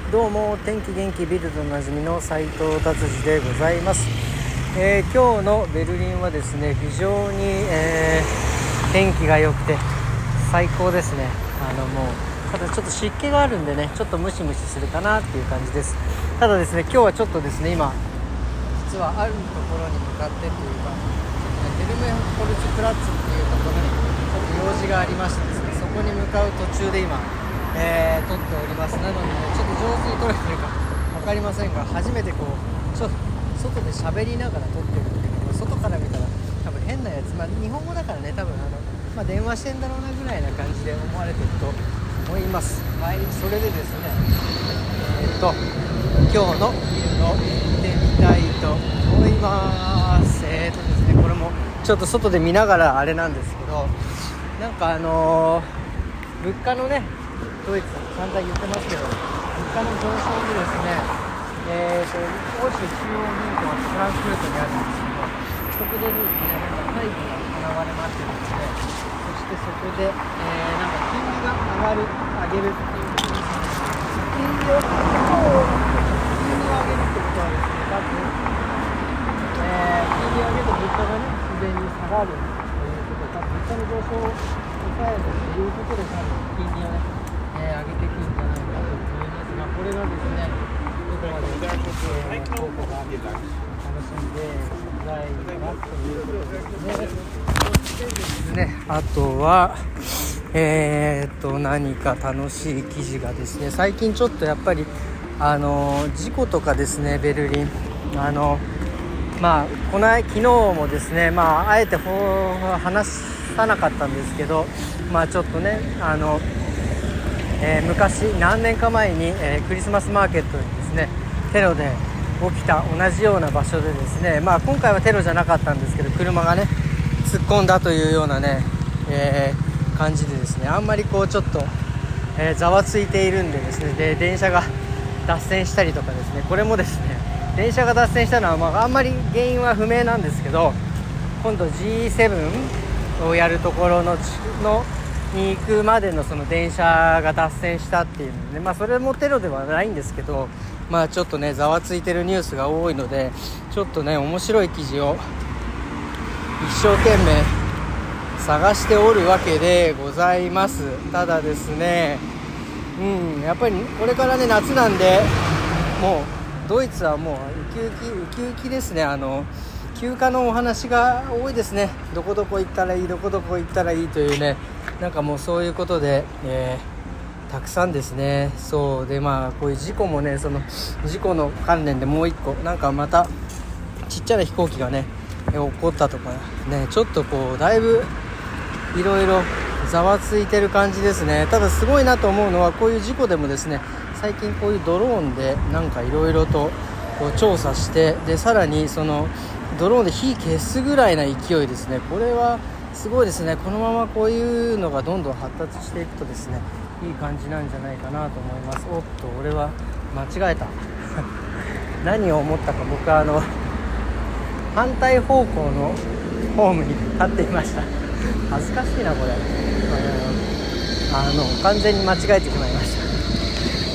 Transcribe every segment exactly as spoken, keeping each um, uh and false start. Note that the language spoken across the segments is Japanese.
どうも天気元気ビルドおなじみの斉藤達治でございます。えー、今日のベルリンはですね、非常に、えー、天気が良くて最高ですね。あのもうただちょっと湿気があるんでね、ちょっとムシムシするかなっていう感じです。ただですね、今日はちょっとですね、今実はあるところに向かってというか、ちょっとね、ヘルメホルツプラッツっていうところにちょっと用事がありましてですね、そこに向かう途中で今、えー、撮っております。なので、ね、ちょっと上手に撮れてるか分かりませんが、初めてこうちょっと外で喋りながら撮ってるっていうのが外から見たら多分変なやつ、まあ日本語だからね、多分あの、まあ、電話してんだろうなぐらいな感じで思われてると思います。はい、それでですね、えー、っと今日のビルを行ってみたいと思います。えー、っとですね、これもちょっと外で見ながらあれなんですけど、なんかあのー、物価のね、ドイツ散々言ってますけど、物価の上昇でですね、えー、と欧州中央銀行はフランクフルトにあるんですけど、そこでですね、なんか会議が行われましてですね、そしてそこで、えー、なんか金利が上がる、上げるっていうことですね。金利を、金利を上げるってことはですね、まず、えー、金利を上げると物価がね、自然に下がるということで、まず物価の上昇を抑えるということで、多分金利をね、えー、上げていくんじゃないかと思いますが、これがですね、どこまで、えー、効果があるか楽しんでいきたいかなということですね。そしてですね、あとはえー、っと何か楽しい記事がですね、最近ちょっとやっぱりあの事故とかですね、ベルリンあのまあこの昨日もですね、まああえて話さなかったんですけど、まあちょっとね、あのえー、昔何年か前に、えー、クリスマスマーケットにですね、テロで起きた同じような場所でですね、まあ今回はテロじゃなかったんですけど、車がね突っ込んだというようなね、えー、感じでですね、あんまりこうちょっと、えー、ざわついているんでですね、で電車が脱線したりとかですね、これもですね、電車が脱線したのは、まあ、あんまり原因は不明なんですけど、今度 ジーセブン をやるところののに行くまでのその電車が脱線したっていうので、まあそれもテロではないんですけど、まあちょっとねざわついてるニュースが多いので、ちょっとね面白い記事を一生懸命探しておるわけでございます。ただですね、うんやっぱりこれからね夏なんで、もうドイツはもうウキウキウキウキですね。あの休暇のお話が多いですね。どこどこ行ったらいい、どこどこ行ったらいいというね、なんかもうそういうことで、えー、たくさんですね。そうで、まあこういう事故もね、その事故の関連でもう一個なんかまたちっちゃな飛行機がね起こったとかね、ちょっとこうだいぶいろいろざわついてる感じですね。ただすごいなと思うのは、こういう事故でもですね、最近こういうドローンでなんかいろいろとこう調査して、でさらにそのドローンで火消すぐらいな勢いですね。これはすごいですね。このままこういうのがどんどん発達していくとですね、いい感じなんじゃないかなと思います。おっと俺は間違えた何を思ったか、僕はあの反対方向のホームに立っていました恥ずかしいなこれ。あの完全に間違えてしまいました。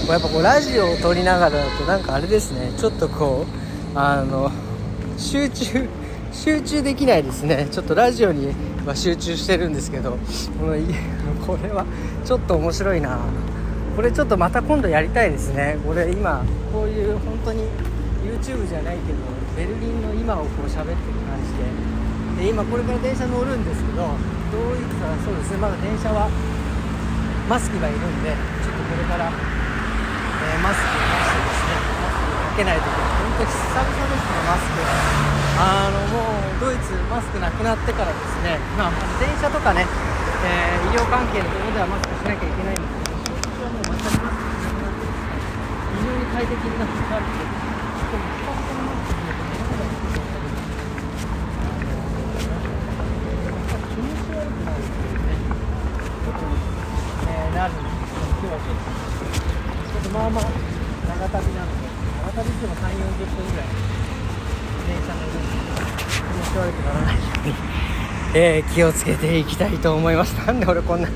やっぱこうラジオを撮りながらだとなんかあれですね、ちょっとこうあの集中集中できないですね。ちょっとラジオには集中してるんですけど、このこれはちょっと面白いな。これちょっとまた今度やりたいですね。これ今こういう本当に YouTube じゃないけどベルリンの今をこう喋ってる感じで、で今これから電車乗るんですけど、どういったらそうですね、まだ電車はマスクがいるんで、ちょっとこれから、えー、マスクをしてですね、マスクをかけないといけない。本当に久々ですね、マスク。あのもうドイツマスクなくなってからですね、まあ、電車とかね、えー、医療関係のところではマスクしなきゃいけないんですけど、私はもう全くマスクしなくなってですね、非常に快適になってあるんで、でもスタッフのマスクで寝ながら仕事をされるんですけど、気持ち悪くなるっていうね、ことに、えー、なるんですけど、今日はちょっとちょっとまあまあ長旅なので、長旅ってもさんじゅうよんじゅっぷんぐらい電車乗るんですけど、気持ち悪くならないように、えー、気をつけていきたいと思います。なんで俺こんな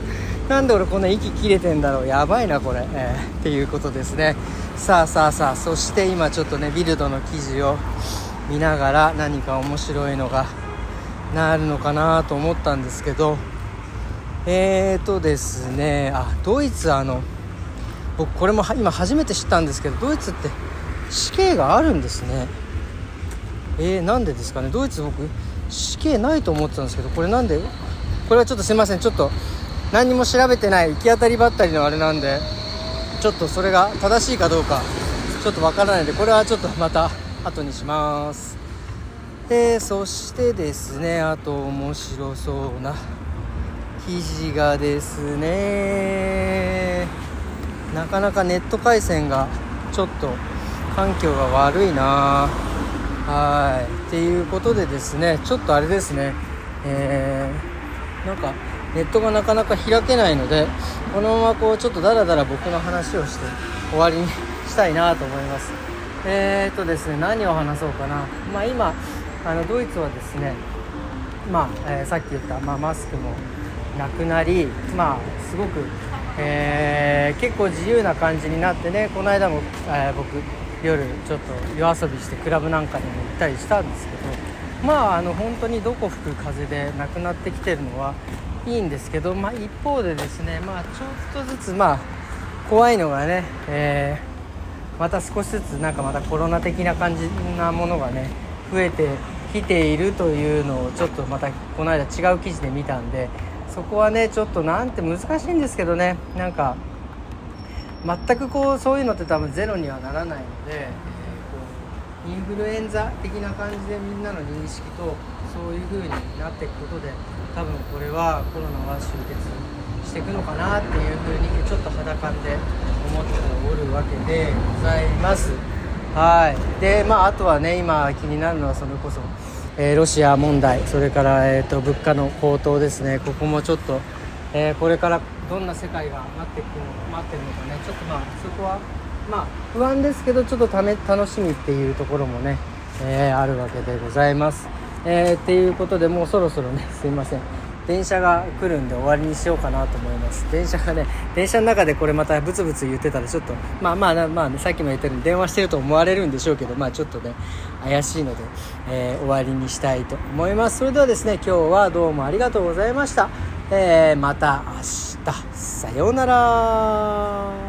なんで俺こんな息切れてんだろう、やばいなこれ、えー、っていうことですね。さあさあさあ、そして今ちょっとねビルドの記事を見ながら何か面白いのがなるのかなと思ったんですけど、えーとですねあドイツ、あの僕これも今初めて知ったんですけど、ドイツって死刑があるんですね。えー、なんでですかね。ドイツ僕死刑ないと思ってたんですけど、これなんで、これはちょっとすいません、ちょっと何にも調べてない行き当たりばったりのあれなんで、ちょっとそれが正しいかどうかちょっとわからないので、これはちょっとまた後にします。えー、そしてですね、あと面白そうな記事がですね、なかなかネット回線がちょっと環境が悪いな。はいっていうことでですね、ちょっとあれですね、えー、なんかネットがなかなか開けないので、このままこうちょっとだらだら僕の話をして終わりにしたいなと思います。えーとですね何を話そうかな。まあ今あのドイツはですね、まあ、えー、さっき言った、まあ、マスクもなくなり、まあすごく、えー、結構自由な感じになってね、この間も、えー、僕夜ちょっと夜遊びしてクラブなんかにも行ったりしたんですけど、まああの本当にどこ吹く風でなくなってきてるのはいいんですけど、まあ一方でですね、まあちょっとずつまあ怖いのがね、えー、また少しずつなんかまたコロナ的な感じなものがね増えてきているというのをちょっとまたこの間違う記事で見たんで、そこはねちょっとなんて難しいんですけどね、なんか全くこうそういうのって多分ゼロにはならないので、えー、こうインフルエンザ的な感じでみんなの認識とそういう風になっていくことで、多分これはコロナは終結していくのかなっていう風にちょっと肌感で思っておるわけでございます。はい。でまああとはね今気になるのはそれこそ、えー、ロシア問題、それから、えー、と物価の高騰ですね。ここもちょっと、えー、これからどんな世界が待っていくの待ってるのかね、ちょっとまあそこはまあ不安ですけど、ちょっとため楽しみっていうところもね、えー、あるわけでございます。えー、っていうことでもうそろそろねすいません、電車が来るんで終わりにしようかなと思います。電車がね電車の中でこれまたブツブツ言ってたらちょっとまあまあまあ、ね、さっきも言ったように電話してると思われるんでしょうけど、まあちょっとね怪しいので、えー、終わりにしたいと思います。それではですね、今日はどうもありがとうございました。えー、また明日さようなら。